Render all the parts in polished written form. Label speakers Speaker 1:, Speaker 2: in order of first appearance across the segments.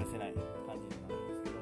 Speaker 1: やせない感じになるんですけど、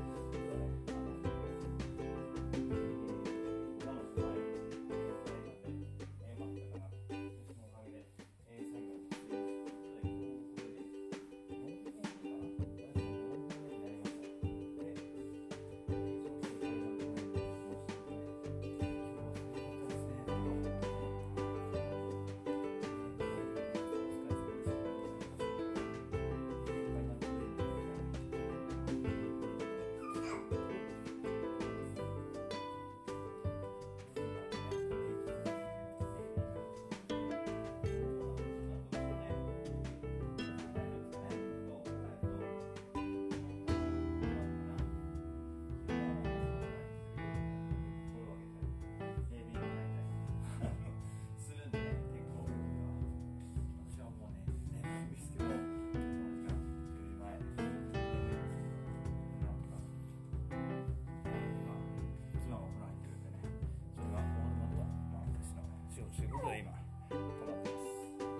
Speaker 1: ということで今止まってます。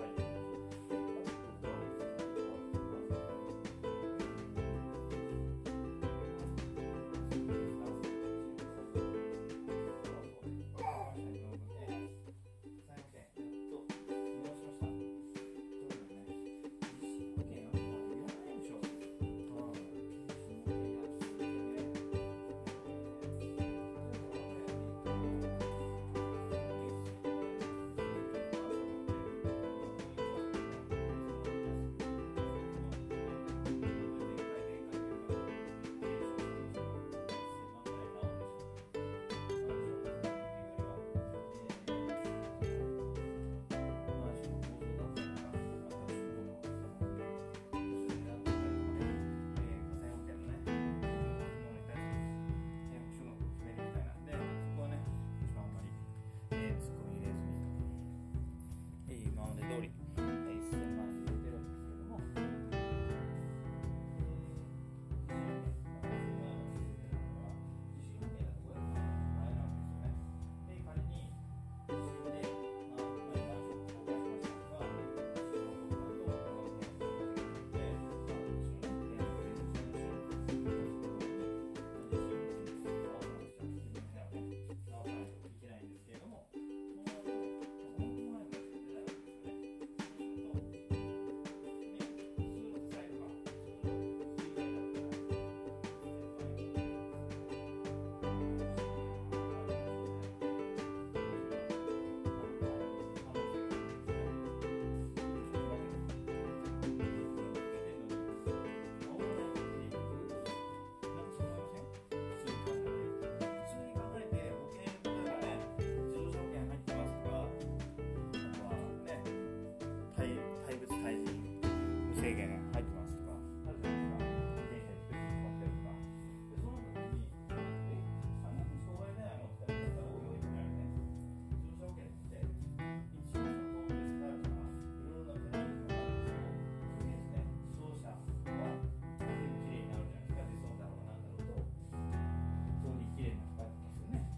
Speaker 1: 制限入ってますとかあるじゃないですか。自転車で止まってるとか。でその時にあなた障害ないのって言ったら多いになるね。自動車保険って一応そのベストあるからいろいろなペナルティがあるんですけど、特にですね、自動車は全部きれいになるじゃないですか。自走だろうがなんだろうと非常にきれいになってますよね。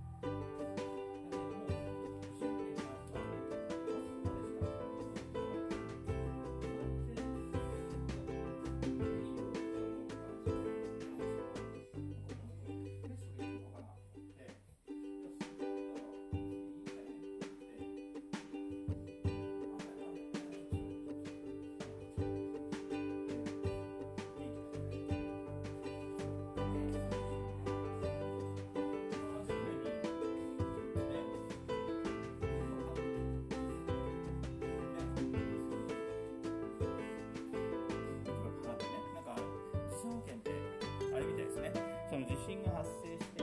Speaker 1: その地震が発生して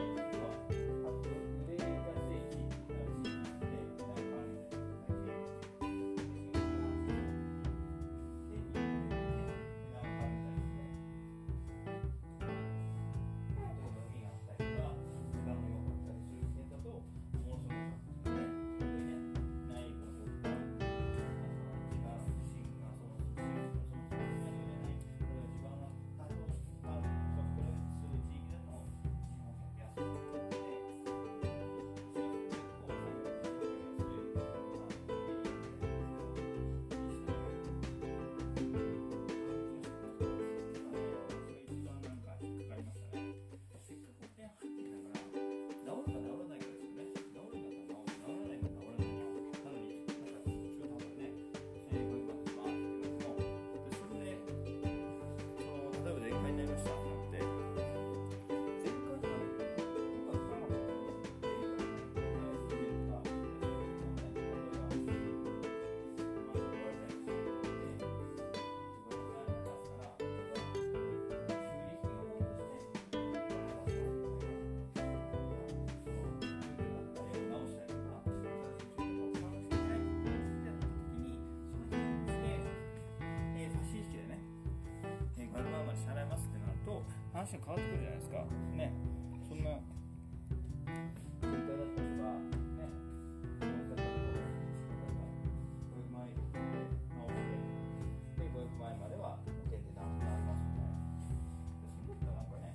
Speaker 1: 話が変わってくるじゃないですかね。そんな全体だったりとかね、500万円で直してで500万円までは保険で直しますよね。そんだったらなんかね、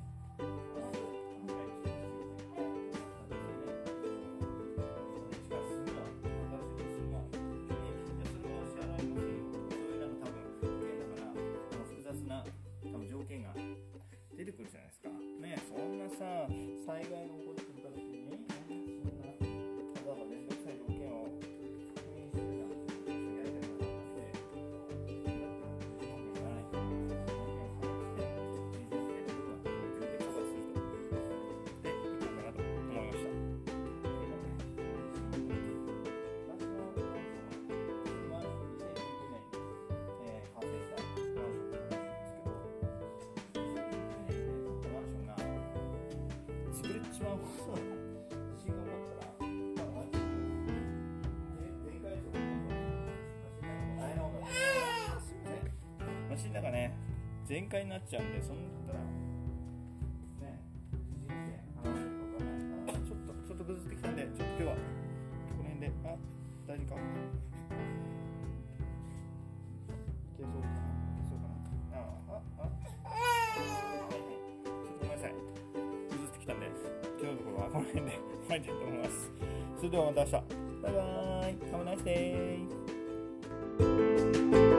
Speaker 1: 出てくるじゃないですかね。そんなさ、災害が起こってきた時にそんなわざわざ面倒くさい条件を確認してるなんてやりたいことなので、条件がないと条件を探して条件の部分は自分でカバーするとでいこうかなと思いました。私のマンションは2019年に完成したマンション一番地震が起こったら、全壊とかマシンがね、全壊になっちゃうんで、そんなったらね、地震って話すか分からないから、ちょっと崩ってきたんで、ちょっと今日はこの辺で、大丈夫か？消そうかな。ちょっとごめんなさい。崩ってきたんで。今日のところはこの辺で終わりたいと思います。それではまた明日。バイバーイ。Have a nice day.